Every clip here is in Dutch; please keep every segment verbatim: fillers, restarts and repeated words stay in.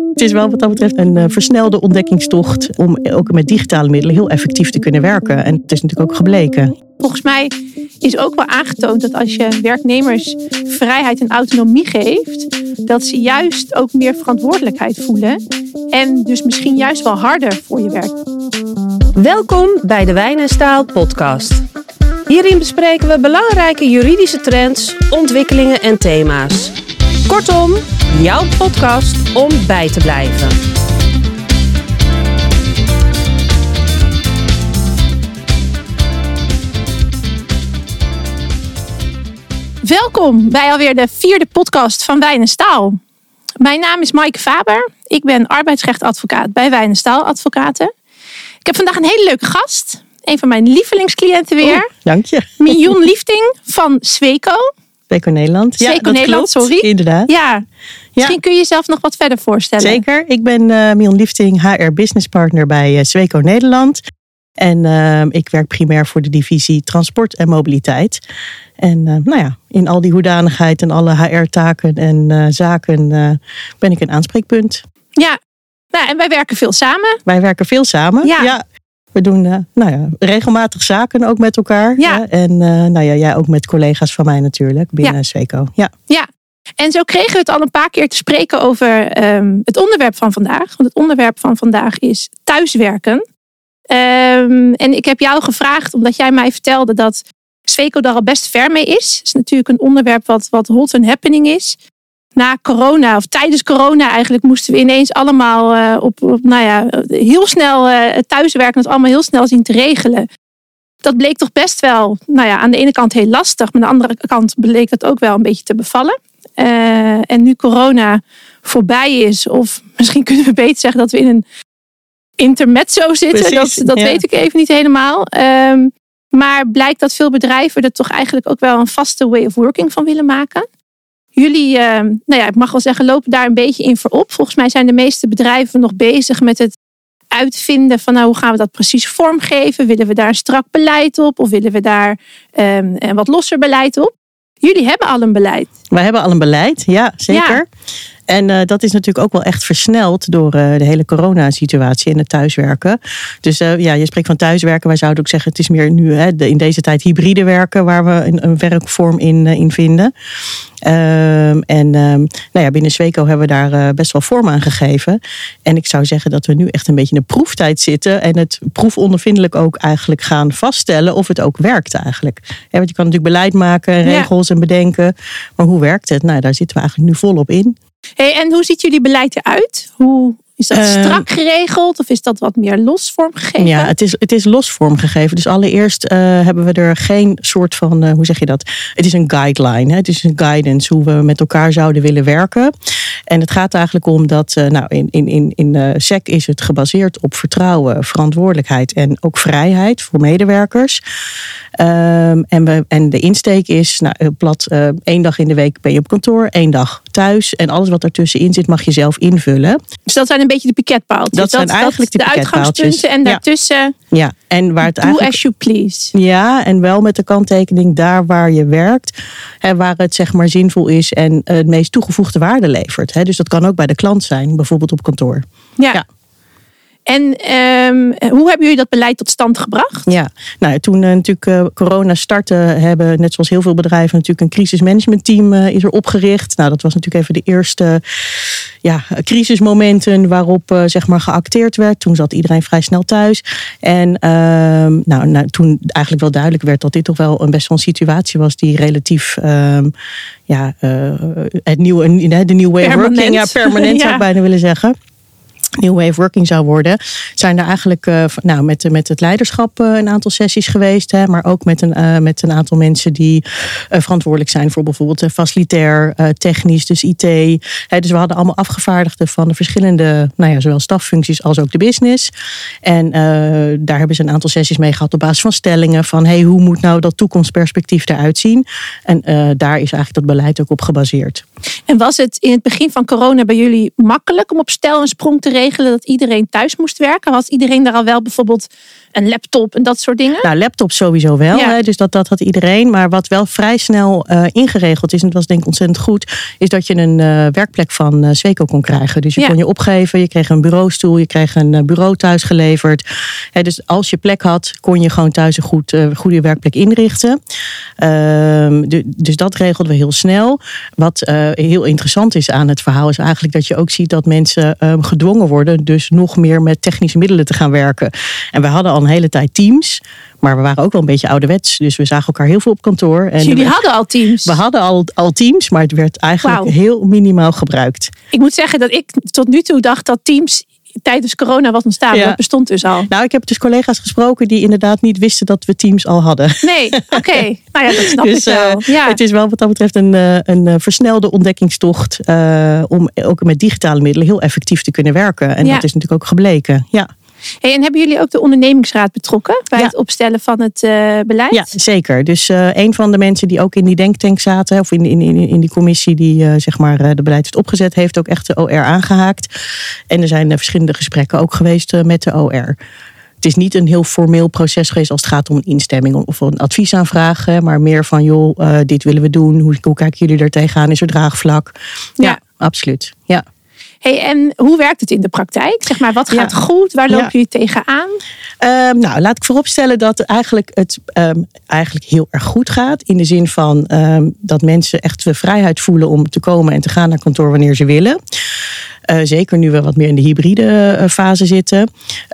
Het is wel wat dat betreft een uh, versnelde ontdekkingstocht om ook met digitale middelen heel effectief te kunnen werken. En het is natuurlijk ook gebleken. Volgens mij is ook wel aangetoond dat als je werknemers vrijheid en autonomie geeft, dat ze juist ook meer verantwoordelijkheid voelen. En dus misschien juist wel harder voor je werk. Welkom bij de Wijn en Staal podcast. Hierin bespreken we belangrijke juridische trends, ontwikkelingen en thema's. Kortom, jouw podcast om bij te blijven. Welkom bij alweer de vierde podcast van Wijn en Staal. Mijn naam is Maaike Faber. Ik ben arbeidsrechtadvocaat bij Wijn en Staal Advocaten. Ik heb vandaag een hele leuke gast. Een van mijn lievelingscliënten weer. Oh, dank je. Mion Liefting van Sweco. Sweco Nederland. Sweco ja, dat Nederland, klopt, sorry. Inderdaad. Ja. Misschien ja. kun je jezelf nog wat verder voorstellen. Zeker. Ik ben uh, Mion Liefting, H R Business Partner bij uh, Sweco Nederland. En uh, ik werk primair voor de divisie transport en mobiliteit. En uh, nou ja, in al die hoedanigheid en alle H R-taken en uh, zaken uh, ben ik een aanspreekpunt. Ja, nou, en wij werken veel samen. Wij werken veel samen, ja. ja. We doen uh, nou ja, regelmatig zaken ook met elkaar. Ja. Hè? En uh, nou ja, jij ook met collega's van mij natuurlijk binnen ja. Sweco. Ja. ja, en zo kregen we het al een paar keer te spreken over um, het onderwerp van vandaag. Want het onderwerp van vandaag is thuiswerken. Um, en ik heb jou gevraagd, omdat jij mij vertelde dat Sweco daar al best ver mee is. Het is natuurlijk een onderwerp wat, wat hot and happening is. Na corona, of tijdens corona eigenlijk, moesten we ineens allemaal uh, op, op, nou ja, heel snel uh, thuiswerken, het allemaal heel snel zien te regelen. Dat bleek toch best wel, nou ja, aan de ene kant heel lastig, maar aan de andere kant bleek dat ook wel een beetje te bevallen. Uh, en nu corona voorbij is, of misschien kunnen we beter zeggen dat we in een intermezzo zitten, Precies, dat, dat ja. weet ik even niet helemaal. Um, maar blijkt dat veel bedrijven er toch eigenlijk ook wel een vaste way of working van willen maken. Jullie, uh, nou ja, ik mag wel zeggen, lopen daar een beetje in voorop. Volgens mij zijn de meeste bedrijven nog bezig met het uitvinden van nou, hoe gaan we dat precies vormgeven? Willen we daar een strak beleid op? Of willen we daar um, een wat losser beleid op? Jullie hebben al een beleid. Wij hebben al een beleid, ja, zeker. Ja. En uh, dat is natuurlijk ook wel echt versneld door uh, de hele coronasituatie en het thuiswerken. Dus uh, ja, je spreekt van thuiswerken. Wij zouden ook zeggen, het is meer nu hè, de, in deze tijd hybride werken waar we een, een werkvorm in, uh, in vinden. Um, en um, nou ja, binnen Sweco hebben we daar uh, best wel vorm aan gegeven. En ik zou zeggen dat we nu echt een beetje in de proeftijd zitten. En het proefondervindelijk ook eigenlijk gaan vaststellen of het ook werkt eigenlijk. Ja, want je kan natuurlijk beleid maken, regels ja. en bedenken. Maar hoe werkt het? Nou, daar zitten we eigenlijk nu volop in. Hey, en hoe ziet jullie beleid eruit? Hoe is dat strak geregeld of is dat wat meer los vormgegeven? Ja, het is, het is los vormgegeven. Dus allereerst uh, hebben we er geen soort van, uh, hoe zeg je dat? Het is een guideline. Hè? Het is een guidance hoe we met elkaar zouden willen werken. En het gaat eigenlijk om dat, uh, nou, in, in, in, in uh, S E C is het gebaseerd op vertrouwen, verantwoordelijkheid en ook vrijheid voor medewerkers. Um, en, we, en de insteek is, nou, plat, uh, één dag in de week ben je op kantoor, één dag thuis. En alles wat ertussenin zit mag je zelf invullen. Dus dat zijn een beetje de piketpaaltjes. Dat zijn dat, eigenlijk dat, de piketpaaltjes. De uitgangspunten en daartussen. Ja. ja. En waar het do eigenlijk, as you please. Ja, en wel met de kanttekening daar waar je werkt. Hè, waar het zeg maar zinvol is en uh, het meest toegevoegde waarde levert. Hè. Dus dat kan ook bij de klant zijn, bijvoorbeeld op kantoor. Ja. ja. En um, hoe hebben jullie dat beleid tot stand gebracht? Ja, nou, toen uh, natuurlijk uh, corona startte, hebben net zoals heel veel bedrijven natuurlijk een crisismanagementteam uh, is er opgericht. Nou, dat was natuurlijk even de eerste ja, crisismomenten waarop uh, zeg maar geacteerd werd. Toen zat iedereen vrij snel thuis. En uh, nou, nou, toen eigenlijk wel duidelijk werd dat dit toch wel een best wel een situatie was die relatief uh, ja, uh, het nieuwe, de nieuwe way of working, ja, permanent ja. zou ik bijna willen zeggen. New Way of Working zou worden, zijn er eigenlijk uh, nou, met, met het leiderschap uh, een aantal sessies geweest. Hè, maar ook met een, uh, met een aantal mensen die uh, verantwoordelijk zijn voor bijvoorbeeld uh, facilitair, uh, technisch, dus I T. Hè, dus we hadden allemaal afgevaardigden van de verschillende, nou ja, zowel staffuncties als ook de business. En uh, daar hebben ze een aantal sessies mee gehad op basis van stellingen van hey, hoe moet nou dat toekomstperspectief eruit zien? En uh, daar is eigenlijk dat beleid ook op gebaseerd. En was het in het begin van corona bij jullie makkelijk om op stel en sprong te regelen dat iedereen thuis moest werken? Had iedereen daar al wel bijvoorbeeld een laptop en dat soort dingen? Nou, laptop sowieso wel. Ja. Hè, dus dat, dat had iedereen. Maar wat wel vrij snel uh, ingeregeld is, en dat was denk ik ontzettend goed, is dat je een uh, werkplek van uh, Sweco kon krijgen. Dus je Ja. kon je opgeven, je kreeg een bureaustoel, je kreeg een uh, bureau thuis geleverd. Hè, dus als je plek had, kon je gewoon thuis een goed, uh, goede werkplek inrichten. Uh, de, dus dat regelden we heel snel. Wat uh, heel interessant is aan het verhaal is eigenlijk dat je ook ziet dat mensen uh, gedwongen worden dus nog meer met technische middelen te gaan werken. En we hadden al een hele tijd Teams, maar we waren ook wel een beetje ouderwets. Dus we zagen elkaar heel veel op kantoor. En Dus jullie we, hadden al Teams? We hadden al, al Teams, maar het werd eigenlijk Wauw. heel minimaal gebruikt. Ik moet zeggen dat ik tot nu toe dacht dat Teams tijdens corona was ontstaan. Ja. Dat bestond dus al. Nou, ik heb dus collega's gesproken die inderdaad niet wisten dat we Teams al hadden. Nee, oké. Okay. Nou ja, dat snap Dus ik wel. uh, Ja. het is wel wat dat betreft een, een versnelde ontdekkingstocht uh, om ook met digitale middelen heel effectief te kunnen werken. En Ja. dat is natuurlijk ook gebleken. Ja. Hey, en hebben jullie ook de ondernemingsraad betrokken bij Ja. het opstellen van het uh, beleid? Ja, zeker. Dus uh, een van de mensen die ook in die denktank zaten, of in, in, in, in die commissie die uh, zeg maar uh, de beleid heeft opgezet, heeft ook echt de O R aangehaakt. En er zijn uh, verschillende gesprekken ook geweest uh, met de O R. Het is niet een heel formeel proces geweest als het gaat om een instemming of een adviesaanvraag, hè, maar meer van joh, uh, dit willen we doen. Hoe, hoe kijken jullie er tegenaan? Is er draagvlak? Ja, Ja. absoluut. Ja. Hey, en hoe werkt het in de praktijk? Zeg maar, wat gaat Ja. goed? Waar lopen Ja. jullie tegenaan? Um, nou, laat ik vooropstellen dat eigenlijk het um, eigenlijk heel erg goed gaat. In de zin van um, dat mensen echt de vrijheid voelen om te komen en te gaan naar kantoor wanneer ze willen. Uh, zeker nu we wat meer in de hybride uh, fase zitten.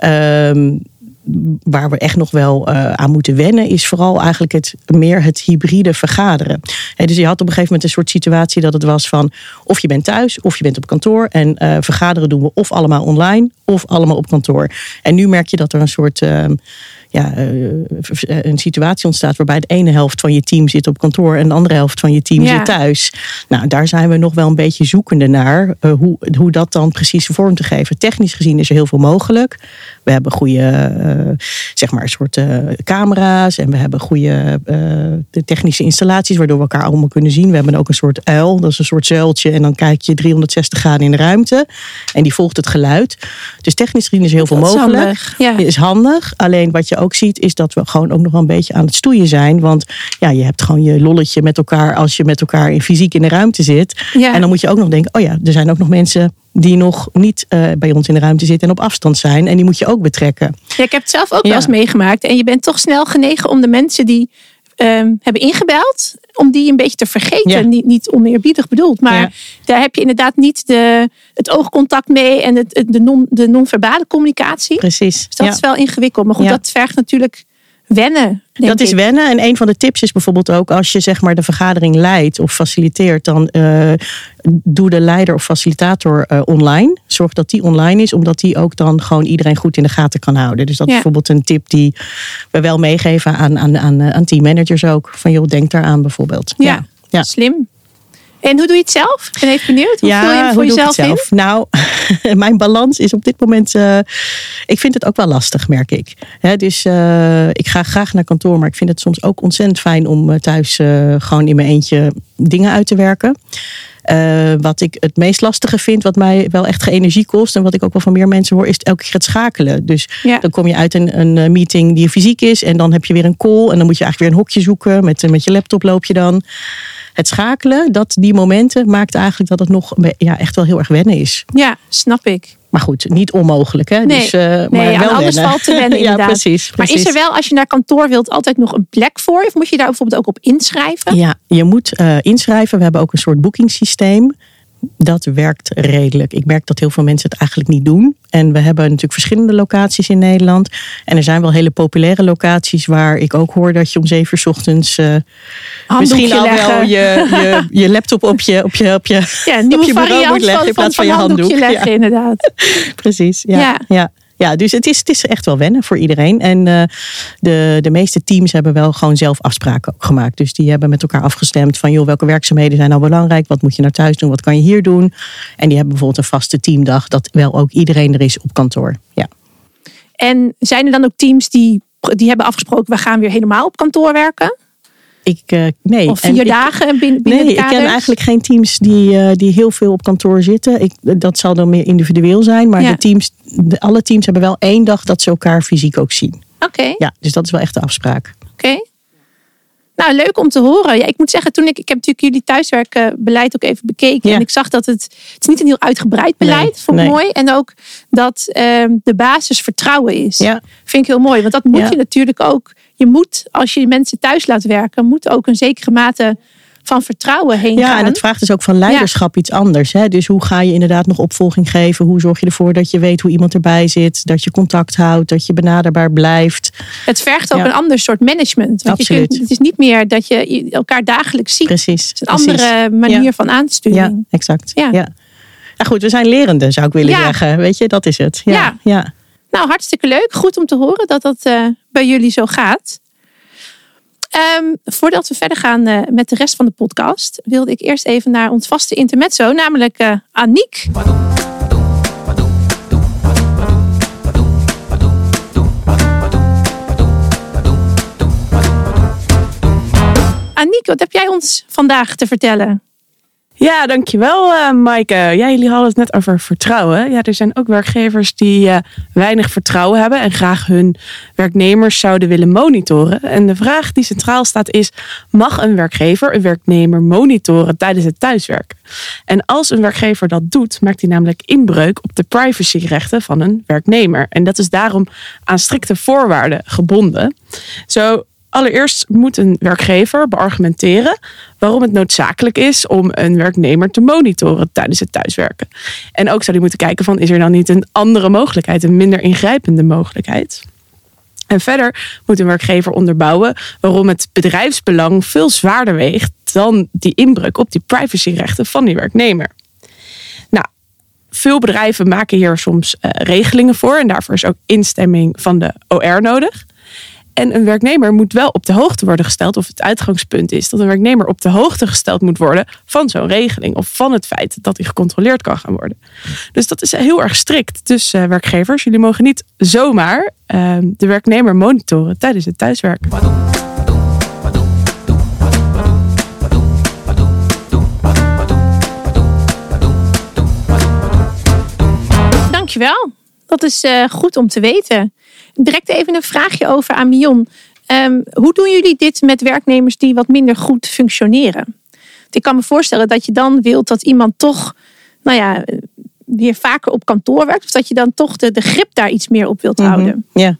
Um, Waar we echt nog wel uh, aan moeten wennen, is vooral eigenlijk het meer het hybride vergaderen. He, dus je had op een gegeven moment een soort situatie dat het was van of je bent thuis of je bent op kantoor. En uh, vergaderen doen we of allemaal online of allemaal op kantoor. En nu merk je dat er een soort uh, ja, uh, een situatie ontstaat waarbij de ene helft van je team zit op kantoor en de andere helft van je team Ja. zit thuis. Nou, daar zijn we nog wel een beetje zoekende naar uh, hoe, hoe dat dan precies vorm te geven. Technisch gezien is er heel veel mogelijk. We hebben goede, uh, zeg maar, soort uh, camera's en we hebben goede uh, de technische installaties waardoor we elkaar allemaal kunnen zien. We hebben ook een soort uil, dat is een soort zuiltje en dan kijk je driehonderdzestig graden in de ruimte en die volgt het geluid. Dus technisch gezien is er heel veel Dat is mogelijk. handig, ja. Is handig. Alleen wat je ook ziet is dat we gewoon ook nog wel een beetje aan het stoeien zijn. Want ja, je hebt gewoon je lolletje met elkaar als je met elkaar in fysiek in de ruimte zit. Ja. En dan moet je ook nog denken, oh ja, er zijn ook nog mensen die nog niet uh, bij ons in de ruimte zitten en op afstand zijn. En die moet je ook betrekken. Ja, ik heb het zelf ook Ja. wel eens meegemaakt. En je bent toch snel genegen om de mensen die um, hebben ingebeld, om die een beetje te vergeten. Ja. Niet, niet oneerbiedig bedoeld. Maar Ja. daar heb je inderdaad niet de, het oogcontact mee en het, de, non, de non-verbale communicatie. Precies. Dus dat Ja. is wel ingewikkeld. Maar goed, Ja. dat vergt natuurlijk wennen. denk Dat is ik. wennen. En een van de tips is bijvoorbeeld ook als je zeg maar de vergadering leidt of faciliteert, dan uh, doe de leider of facilitator uh, online. Zorg dat die online is, omdat die ook dan gewoon iedereen goed in de gaten kan houden. Dus dat Ja. is bijvoorbeeld een tip die we wel meegeven aan, aan, aan, aan teammanagers ook. Van joh, denk daaraan bijvoorbeeld. Ja, Ja. slim. En hoe doe je het zelf? Ik ben even benieuwd. Hoe Ja, vul je hem voor hoe doe ik jezelf het zelf? in? Nou, mijn balans is op dit moment. Uh, ik vind het ook wel lastig, merk ik. He, dus uh, ik ga graag naar kantoor, maar ik vind het soms ook ontzettend fijn om uh, thuis uh, gewoon in mijn eentje dingen uit te werken. Uh, wat ik het meest lastige vind, wat mij wel echt energie kost en wat ik ook wel van meer mensen hoor, is elke keer het schakelen. Dus Ja. dan kom je uit een, een meeting die fysiek is en dan heb je weer een call en dan moet je eigenlijk weer een hokje zoeken. Met, met je laptop loop je dan. Het schakelen, dat die momenten maakt eigenlijk dat het nog ja, echt wel heel erg wennen is. Ja, snap ik. Maar goed, niet onmogelijk. Hè? Nee, dus, uh, nee maar aan wel alles wennen. valt te wennen Ja, inderdaad. precies, Maar precies. is er wel, als je naar kantoor wilt, altijd nog een plek voor je? Of moet je daar bijvoorbeeld ook op inschrijven? Ja, je moet uh, inschrijven. We hebben ook een soort boekingssysteem. Dat werkt redelijk. Ik merk dat heel veel mensen het eigenlijk niet doen. En we hebben natuurlijk verschillende locaties in Nederland. En er zijn wel hele populaire locaties waar ik ook hoor dat je om zeven uur 's ochtends uh, misschien al leggen. wel je, je, je laptop op je, op je, op je, Ja, een nieuwe op je bureau variant moet leggen van, in plaats van, van, van je handdoek. leggen, Ja. inderdaad. Precies, ja. Ja. ja. Ja, dus het is, het is echt wel wennen voor iedereen. En uh, de, de meeste teams hebben wel gewoon zelf afspraken ook gemaakt. Dus die hebben met elkaar afgestemd van joh, welke werkzaamheden zijn nou belangrijk? Wat moet je naar thuis doen? Wat kan je hier doen? En die hebben bijvoorbeeld een vaste teamdag dat wel ook iedereen er is op kantoor. Ja. En zijn er dan ook teams die, die hebben afgesproken, we gaan weer helemaal op kantoor werken? Ik, uh, nee. Of vier en dagen ik, binnen, binnen nee, de kaders? Ik ken eigenlijk geen teams die, uh, die heel veel op kantoor zitten. Ik, dat zal dan meer individueel zijn. Maar ja. de teams, de, alle teams hebben wel één dag dat ze elkaar fysiek ook zien. Oké. Okay. Ja, dus dat is wel echt de afspraak. Oké. Okay. Nou, leuk om te horen. Ja, ik moet zeggen, toen ik, ik heb natuurlijk jullie thuiswerkbeleid ook even bekeken. Ja. En ik zag dat het, het is niet een heel uitgebreid beleid. Nee, vond ik nee. mooi. En ook dat um, de basis vertrouwen is. Ja. Vind ik heel mooi. Want dat moet ja. je natuurlijk ook. Je moet, als je mensen thuis laat werken, moet ook een zekere mate van vertrouwen heen ja, gaan. Ja, en het vraagt dus ook van leiderschap ja. iets anders. Hè? Dus hoe ga je inderdaad nog opvolging geven? Hoe zorg je ervoor dat je weet hoe iemand erbij zit? Dat je contact houdt, dat je benaderbaar blijft. Het vergt ook ja. een ander soort management. Want Absoluut. Je kunt, het is niet meer dat je elkaar dagelijks ziet. Precies. Het is een precies. andere manier ja. van aansturing. Ja, exact. Ja. Ja. Ja, goed, we zijn lerenden, zou ik willen ja. zeggen. Weet je, dat is het. Ja. Ja. ja. Nou, hartstikke leuk. Goed om te horen dat dat uh, bij jullie zo gaat. Um, voordat we verder gaan uh, met de rest van de podcast, wilde ik eerst even naar ons vaste intermezzo, namelijk uh, Aniek. Aniek, wat heb jij ons vandaag te vertellen? Ja, dankjewel uh, Maaike. Ja, jullie hadden het net over vertrouwen. Ja, er zijn ook werkgevers die uh, weinig vertrouwen hebben en graag hun werknemers zouden willen monitoren. En de vraag die centraal staat is, mag een werkgever een werknemer monitoren tijdens het thuiswerken? En als een werkgever dat doet, maakt hij namelijk inbreuk op de privacyrechten van een werknemer. En dat is daarom aan strikte voorwaarden gebonden. Zo Allereerst moet een werkgever beargumenteren waarom het noodzakelijk is om een werknemer te monitoren tijdens het thuiswerken. En ook zou hij moeten kijken van, is er dan niet een andere mogelijkheid, een minder ingrijpende mogelijkheid? En verder moet een werkgever onderbouwen waarom het bedrijfsbelang veel zwaarder weegt dan die inbreuk op die privacyrechten van die werknemer. Nou, veel bedrijven maken hier soms uh, regelingen voor en daarvoor is ook instemming van de O R nodig. En een werknemer moet wel op de hoogte worden gesteld, of het uitgangspunt is dat een werknemer op de hoogte gesteld moet worden van zo'n regeling of van het feit dat hij gecontroleerd kan gaan worden. Dus dat is heel erg strikt. Dus uh, werkgevers, jullie mogen niet zomaar uh, de werknemer monitoren tijdens het thuiswerken. Dankjewel. Dat is uh, goed om te weten. Direct even een vraagje over aan Mion. Um, hoe doen jullie dit met werknemers die wat minder goed functioneren? Ik kan me voorstellen dat je dan wilt dat iemand toch, nou ja, weer vaker op kantoor werkt. Of dat je dan toch de, de grip daar iets meer op wilt houden. Mm-hmm. Ja.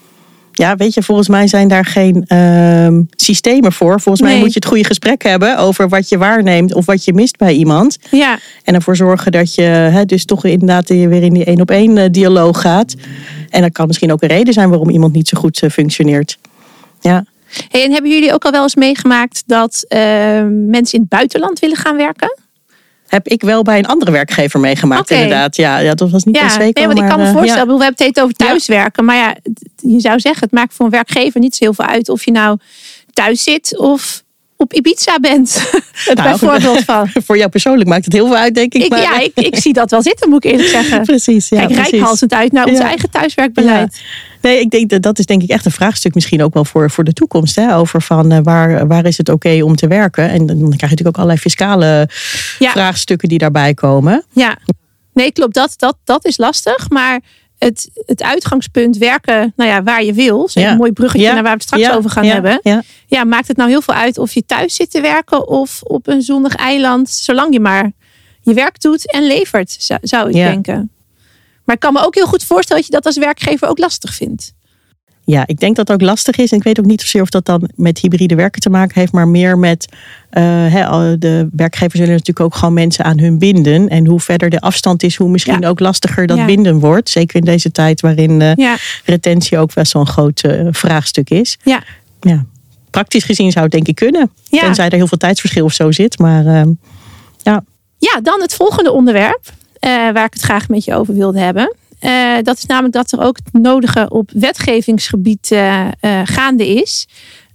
Ja, weet je, volgens mij zijn daar geen uh, systemen voor. Volgens mij nee. moet je het goede gesprek hebben over wat je waarneemt of wat je mist bij iemand. Ja. En ervoor zorgen dat je hè, dus toch inderdaad weer in die één op één dialoog gaat. En dat kan misschien ook een reden zijn waarom iemand niet zo goed uh, functioneert. Ja. Hey, en hebben jullie ook al wel eens meegemaakt dat uh, mensen in het buitenland willen gaan werken? Heb ik wel bij een andere werkgever meegemaakt, okay. inderdaad. Ja, ja, dat was niet ja, zeker. Nee, want maar, ik kan me voorstellen, ja. we hebben het steeds over thuiswerken. Maar ja, je zou zeggen, het maakt voor een werkgever niet zo heel veel uit of je nou thuis zit of op Ibiza bent. Nou, bijvoorbeeld van. Voor jou persoonlijk maakt het heel veel uit, denk ik. ik maar... Ja, ik, ik zie dat wel zitten, moet ik eerlijk zeggen. Precies, ja. Kijk, precies. reikhalzend uit naar ons ja. eigen thuiswerkbeleid. Ja. Nee, ik denk dat dat is denk ik echt een vraagstuk misschien ook wel voor, voor de toekomst. Hè? Over van uh, waar, waar is het oké okay om te werken? En dan krijg je natuurlijk ook allerlei fiscale ja. vraagstukken die daarbij komen. Ja, nee, klopt. Dat, dat, dat is lastig. Maar het, het uitgangspunt werken nou ja, waar je wil. Ja. Een mooi bruggetje ja. naar waar we het straks ja. over gaan ja. hebben. Ja. Ja, maakt het nou heel veel uit of je thuis zit te werken of op een zonnig eiland. Zolang je maar je werk doet en levert, zou, zou ik ja. denken. Maar ik kan me ook heel goed voorstellen dat je dat als werkgever ook lastig vindt. Ja, ik denk dat het ook lastig is. En ik weet ook niet zozeer of dat dan met hybride werken te maken heeft. Maar meer met uh, he, de werkgevers zullen natuurlijk ook gewoon mensen aan hun binden. En hoe verder de afstand is, hoe misschien ja. ook lastiger dat ja. binden wordt. Zeker in deze tijd waarin uh, ja. retentie ook best wel een groot uh, vraagstuk is. Ja. Ja. Praktisch gezien zou het denk ik kunnen. Ja. Tenzij er heel veel tijdsverschil of zo zit. Maar uh, ja. Ja, dan het volgende onderwerp. Uh, waar ik het graag met je over wilde hebben. Uh, dat is namelijk dat er ook het nodige op wetgevingsgebied uh, uh, gaande is.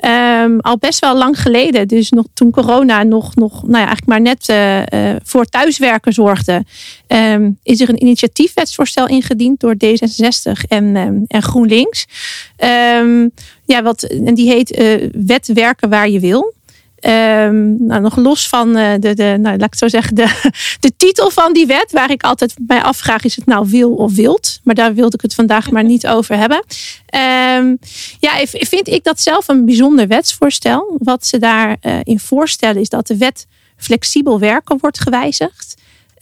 Um, al best wel lang geleden, dus nog toen corona nog, nog nou ja, eigenlijk maar net uh, uh, voor thuiswerken zorgde, um, is er een initiatiefwetsvoorstel ingediend door D zesenzestig en, um, en GroenLinks. Um, ja, wat, en die heet uh, Wet werken waar je wil. Um, nou, nog los van uh, de, de, nou, laat ik het zo zeggen, de, de titel van die wet, waar ik altijd mij afvraag, is het nou wil of wild? Maar daar wilde ik het vandaag maar niet over hebben. Um, ja, vind ik dat zelf een bijzonder wetsvoorstel. Wat ze daarin uh, voorstellen is dat de wet flexibel werken wordt gewijzigd.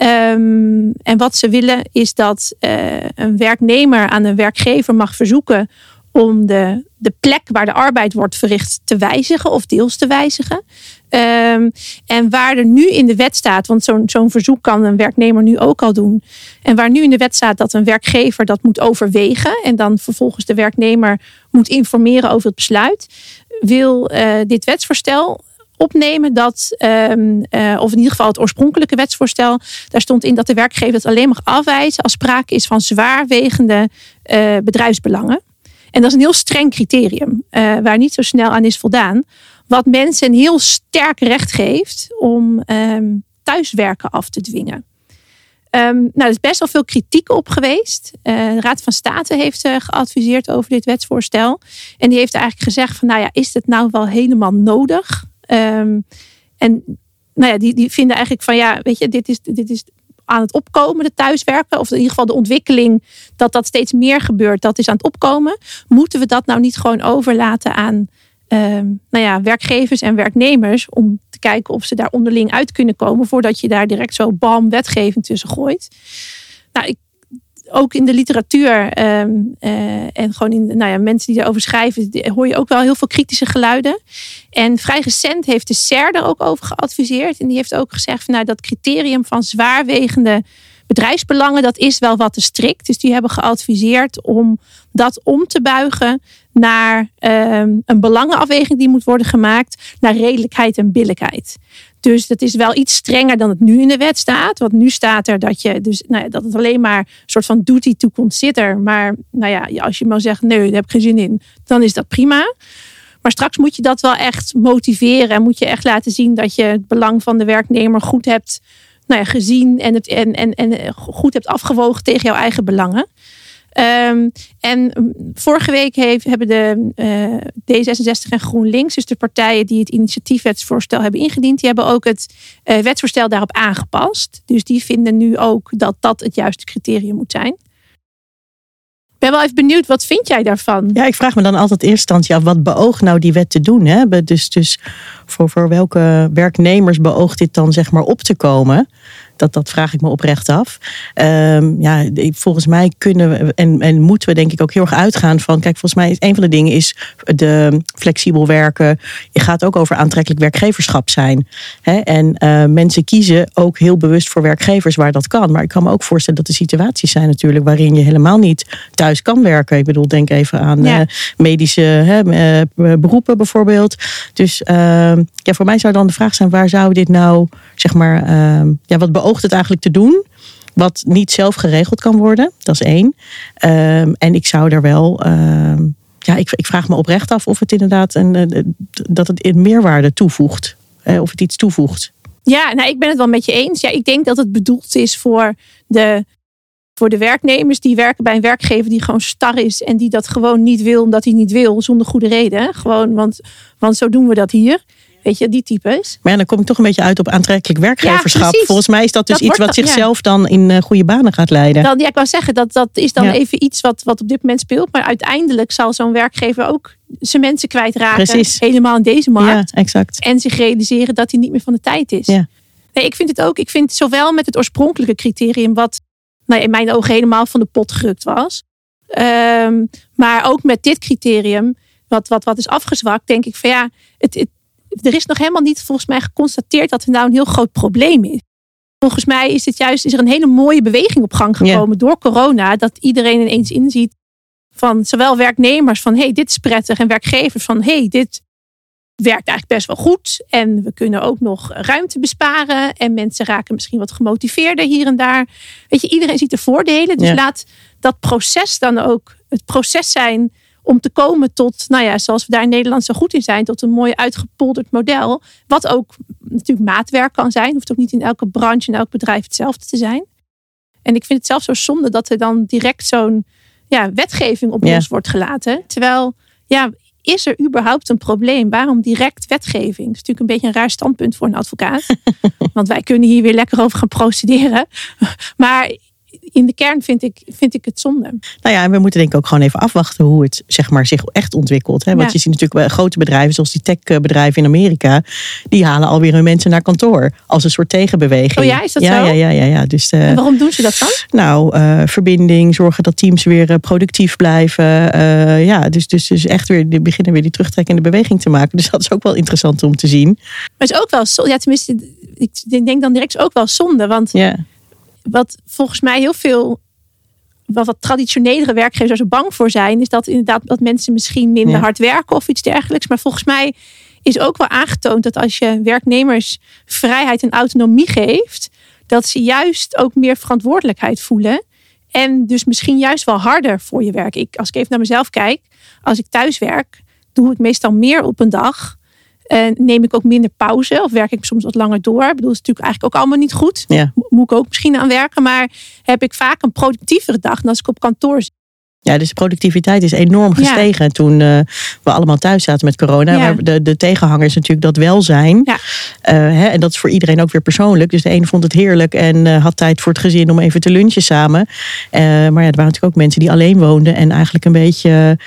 Um, en wat ze willen is dat uh, een werknemer aan een werkgever mag verzoeken om de, de plek waar de arbeid wordt verricht te wijzigen of deels te wijzigen. Um, en waar er nu in de wet staat, want zo'n, zo'n verzoek kan een werknemer nu ook al doen. En waar nu in de wet staat dat een werkgever dat moet overwegen en dan vervolgens de werknemer moet informeren over het besluit, wil uh, dit wetsvoorstel opnemen dat, um, uh, of in ieder geval het oorspronkelijke wetsvoorstel, daar stond in dat de werkgever het alleen mag afwijzen als sprake is van zwaarwegende uh, bedrijfsbelangen. En dat is een heel streng criterium, uh, waar niet zo snel aan is voldaan. Wat mensen een heel sterk recht geeft om um, thuiswerken af te dwingen. Um, nou, er is best wel veel kritiek op geweest. Uh, de Raad van State heeft uh, geadviseerd over dit wetsvoorstel. En die heeft eigenlijk gezegd van, nou ja, is het nou wel helemaal nodig? Um, en nou ja, die, die vinden eigenlijk van, ja, weet je, dit is, dit is aan het opkomen, de thuiswerken. Of in ieder geval de ontwikkeling dat dat steeds meer gebeurt, dat is aan het opkomen. Moeten we dat nou niet gewoon overlaten aan um, nou ja, werkgevers en werknemers om te kijken of ze daar onderling uit kunnen komen voordat je daar direct zo bam wetgeving tussen gooit. Nou, ik ook in de literatuur um, uh, en gewoon in nou ja, mensen die erover schrijven, hoor je ook wel heel veel kritische geluiden. En vrij recent heeft de S E R er ook over geadviseerd. En die heeft ook gezegd van, nou, dat criterium van zwaarwegende bedrijfsbelangen, dat is wel wat te strikt. Dus die hebben geadviseerd om dat om te buigen naar um, een belangenafweging die moet worden gemaakt naar redelijkheid en billijkheid. Dus dat is wel iets strenger dan het nu in de wet staat. Want nu staat er dat, je dus, nou ja, dat het alleen maar een soort van duty to consider. Maar nou ja, als je maar zegt, nee, daar heb ik geen zin in, dan is dat prima. Maar straks moet je dat wel echt motiveren. En moet je echt laten zien dat je het belang van de werknemer goed hebt nou ja, gezien. En, het, en, en, en goed hebt afgewogen tegen jouw eigen belangen. Um, en vorige week heeft, hebben de uh, D zesenzestig en GroenLinks, dus de partijen die het initiatiefwetsvoorstel hebben ingediend, die hebben ook het uh, wetsvoorstel daarop aangepast. Dus die vinden nu ook dat dat het juiste criterium moet zijn. Ik ben wel even benieuwd, wat vind jij daarvan? Ja, ik vraag me dan altijd in eerste instantie af, wat beoogt nou die wet te doen? Hè? Dus, dus voor, voor welke werknemers beoogt dit dan zeg maar op te komen? Dat, dat vraag ik me oprecht af. Um, ja, volgens mij kunnen we en, en moeten we denk ik ook heel erg uitgaan van, kijk, volgens mij is een van de dingen is de flexibel werken. Je gaat ook over aantrekkelijk werkgeverschap zijn. Hè? En uh, mensen kiezen ook heel bewust voor werkgevers waar dat kan. Maar ik kan me ook voorstellen dat er situaties zijn natuurlijk waarin je helemaal niet thuis kan werken. Ik bedoel, denk even aan ja. uh, medische hè, uh, beroepen bijvoorbeeld. Dus uh, ja, voor mij zou dan de vraag zijn, waar zou dit nou, zeg maar, uh, ja, wat beoogt het eigenlijk te doen, wat niet zelf geregeld kan worden? Dat is één. Um, en ik zou er wel, um, ja, ik, ik vraag me oprecht af of het inderdaad een, uh, dat het een meerwaarde toevoegt, uh, of het iets toevoegt. Ja, nou, ik ben het wel met je eens. Ja, ik denk dat het bedoeld is voor de, voor de werknemers die werken bij een werkgever die gewoon star is en die dat gewoon niet wil omdat hij niet wil, zonder goede reden. Gewoon, want, want zo doen we dat hier. Weet je, die types. Maar ja, dan kom ik toch een beetje uit op aantrekkelijk werkgeverschap. Ja, volgens mij is dat dus dat iets wat dan, zichzelf ja. dan in uh, goede banen gaat leiden. Dan, ja, ik wou zeggen, dat, dat is dan ja. even iets wat, wat op dit moment speelt. Maar uiteindelijk zal zo'n werkgever ook zijn mensen kwijtraken. Precies. Helemaal in deze markt. Ja, exact. En zich realiseren dat hij niet meer van de tijd is. Ja. Nee, ik vind het ook. Ik vind zowel met het oorspronkelijke criterium, wat nou, in mijn ogen helemaal van de pot gerukt was. Um, maar ook met dit criterium, wat, wat, wat is afgezwakt, denk ik van ja, het, het er is nog helemaal niet volgens mij geconstateerd dat er nou een heel groot probleem is. Volgens mij is het juist is er een hele mooie beweging op gang gekomen yeah. door corona. Dat iedereen ineens inziet van zowel werknemers van hé, hey, dit is prettig. En werkgevers van hé, hey, dit werkt eigenlijk best wel goed. En we kunnen ook nog ruimte besparen. En mensen raken misschien wat gemotiveerder hier en daar. Weet je, iedereen ziet de voordelen. Dus yeah. laat dat proces dan ook het proces zijn om te komen tot, nou ja, zoals we daar in Nederland zo goed in zijn, tot een mooi uitgepolderd model. Wat ook natuurlijk maatwerk kan zijn. Hoeft ook niet in elke branche, in elk bedrijf hetzelfde te zijn. En ik vind het zelf zo zonde dat er dan direct zo'n ja, wetgeving op ja. ons wordt gelaten. Terwijl, ja, is er überhaupt een probleem? Waarom direct wetgeving? Dat is natuurlijk een beetje een raar standpunt voor een advocaat. Want wij kunnen hier weer lekker over gaan procederen. Maar in de kern vind ik, vind ik het zonde. Nou ja, en we moeten denk ik ook gewoon even afwachten hoe het zeg maar, zich echt ontwikkelt. Hè? Want ja. je ziet natuurlijk bij grote bedrijven, zoals die techbedrijven in Amerika, die halen alweer hun mensen naar kantoor. Als een soort tegenbeweging. Oh ja, is dat ja, zo? Ja, ja, ja. ja. Dus, uh, en waarom doen ze dat dan? Nou, uh, verbinding, zorgen dat teams weer uh, productief blijven. Uh, ja, dus, dus, dus echt weer die beginnen weer die terugtrekkende beweging te maken. Dus dat is ook wel interessant om te zien. Maar het is ook wel zonde. Ja, tenminste, ik denk dan direct ook wel zonde. Want ja. wat volgens mij heel veel, wat, wat traditionelere werkgevers er zo bang voor zijn, is dat inderdaad dat mensen misschien minder ja. hard werken of iets dergelijks. Maar volgens mij is ook wel aangetoond dat als je werknemers vrijheid en autonomie geeft, dat ze juist ook meer verantwoordelijkheid voelen. En dus misschien juist wel harder voor je werk. Ik, als ik even naar mezelf kijk, als ik thuis werk, doe ik meestal meer op een dag. Uh, neem ik ook minder pauze of werk ik soms wat langer door. Ik bedoel, dat is natuurlijk eigenlijk ook allemaal niet goed. Ja. Moet ik ook misschien aan werken. Maar heb ik vaak een productievere dag dan als ik op kantoor zit. Ja, dus de productiviteit is enorm gestegen ja. toen uh, we allemaal thuis zaten met corona. Ja. Maar de, de tegenhanger is natuurlijk dat welzijn. Ja. Uh, hè, en dat is voor iedereen ook weer persoonlijk. Dus de ene vond het heerlijk en uh, had tijd voor het gezin om even te lunchen samen. Uh, maar ja, er waren natuurlijk ook mensen die alleen woonden en eigenlijk een beetje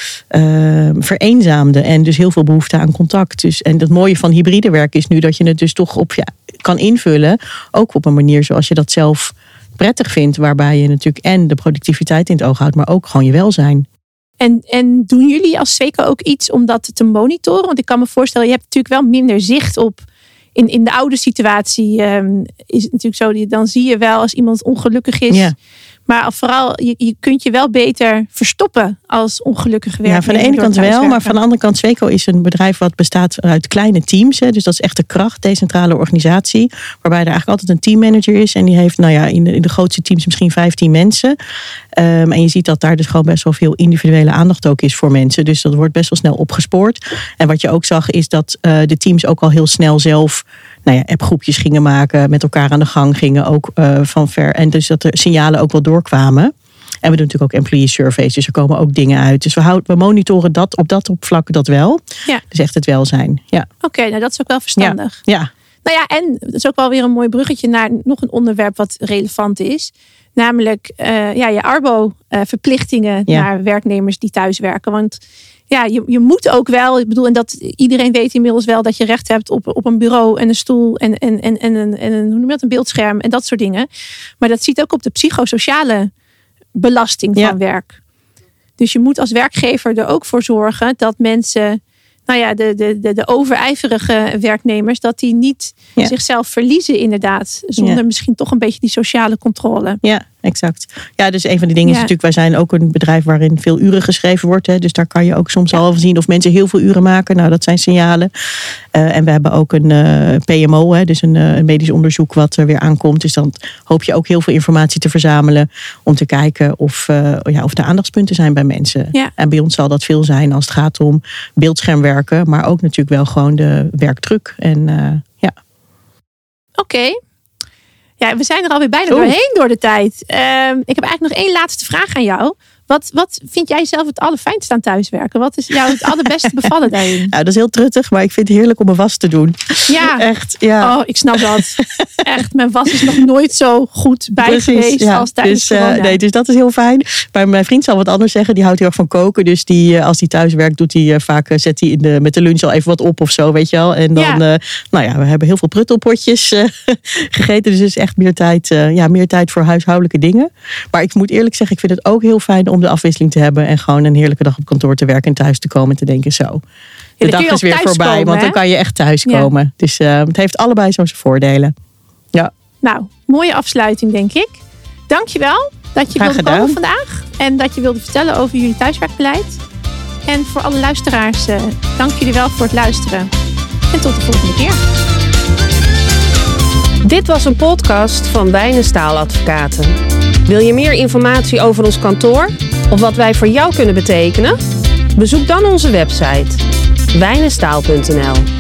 uh, vereenzaamden. En dus heel veel behoefte aan contact. Dus, en het mooie van hybride werken is nu dat je het dus toch op ja, kan invullen. Ook op een manier zoals je dat zelf prettig vindt, waarbij je natuurlijk en de productiviteit in het oog houdt, maar ook gewoon je welzijn. En, en doen jullie als Sweco ook iets om dat te monitoren? Want ik kan me voorstellen, je hebt natuurlijk wel minder zicht op. In, in de oude situatie um, is het natuurlijk zo, dan zie je wel als iemand ongelukkig is. Ja. Maar vooral, je, je kunt je wel beter verstoppen als ongelukkige werknemer. Ja, van de ene kant wel, maar van de andere kant, Sweco is een bedrijf wat bestaat uit kleine teams. Hè, dus dat is echt de kracht, decentrale organisatie. Waarbij er eigenlijk altijd een teammanager is. En die heeft, nou ja, in de, in de grootste teams misschien vijftien mensen. Um, en je ziet dat daar dus gewoon best wel veel individuele aandacht ook is voor mensen. Dus dat wordt best wel snel opgespoord. En wat je ook zag is dat uh, de teams ook al heel snel zelf nou ja, appgroepjes gingen maken, met elkaar aan de gang gingen, ook uh, van ver. En dus dat de signalen ook wel doorkwamen. En we doen natuurlijk ook employee surveys, dus er komen ook dingen uit. Dus we, houden, we monitoren dat op dat vlak dat wel. Ja. Dus echt het welzijn. Ja. Oké, okay, nou dat is ook wel verstandig. Ja. ja. Nou ja, en dat is ook wel weer een mooi bruggetje naar nog een onderwerp wat relevant is. Namelijk uh, ja, je arbo-verplichtingen ja. naar werknemers die thuiswerken. Want ja, je, je moet ook wel, ik bedoel, en dat iedereen weet inmiddels wel dat je recht hebt op, op een bureau en een stoel en, en, en, en, en, en hoe noem je dat, een beeldscherm en dat soort dingen. Maar dat ziet ook op de psychosociale belasting van ja. werk. Dus je moet als werkgever er ook voor zorgen dat mensen, nou ja, de, de, de, de overijverige werknemers, dat die niet ja. zichzelf verliezen inderdaad. Zonder ja. misschien toch een beetje die sociale controle. Ja, exact. Ja, dus een van die dingen ja. is natuurlijk, wij zijn ook een bedrijf waarin veel uren geschreven wordt. Hè, dus daar kan je ook soms ja. al zien of mensen heel veel uren maken. Nou, dat zijn signalen. Uh, en we hebben ook een uh, P M O, hè, dus een, uh, een medisch onderzoek wat er weer aankomt. Dus dan hoop je ook heel veel informatie te verzamelen om te kijken of, uh, ja, of er aandachtspunten zijn bij mensen. Ja. En bij ons zal dat veel zijn als het gaat om beeldschermwerken, maar ook natuurlijk wel gewoon de werkdruk. En uh, ja. Oké. Okay. Ja, we zijn er alweer bijna Oeh. doorheen door de tijd. Uh, ik heb eigenlijk nog één laatste vraag aan jou. Wat, wat vind jij zelf het allerfijnst aan thuiswerken? Wat is jou het allerbeste bevallen daarin? Nou, dat is heel truttig, maar ik vind het heerlijk om mijn was te doen. Ja. Echt, ja. Oh, ik snap dat. Echt, mijn was is nog nooit zo goed bij Precies, geweest ja. als tijdens dus, corona. Uh, nee, dus dat is heel fijn. Maar mijn vriend zal wat anders zeggen. Die houdt heel erg van koken. Dus die, uh, als hij thuis werkt, doet hij uh, vaak uh, zet hij in de, met de lunch al even wat op of zo, weet je wel. En dan, ja. Uh, nou ja, we hebben heel veel pruttelpotjes uh, gegeten. Dus het is echt meer tijd, uh, ja, meer tijd voor huishoudelijke dingen. Maar ik moet eerlijk zeggen, ik vind het ook heel fijn om de afwisseling te hebben en gewoon een heerlijke dag op kantoor te werken en thuis te komen en te denken zo. De ja, dag is weer voorbij, komen, want dan kan je echt thuiskomen. Ja. Dus uh, het heeft allebei zo zijn voordelen. Ja. Nou, mooie afsluiting denk ik. Dankjewel dat je Graag wilde gedaan. komen vandaag en dat je wilde vertellen over jullie thuiswerkbeleid. En voor alle luisteraars, uh, dank jullie wel voor het luisteren. En tot de volgende keer. Dit was een podcast van Wijn en Staal Advocaten. Wil je meer informatie over ons kantoor of wat wij voor jou kunnen betekenen? Bezoek dan onze website wijn en staal punt n l.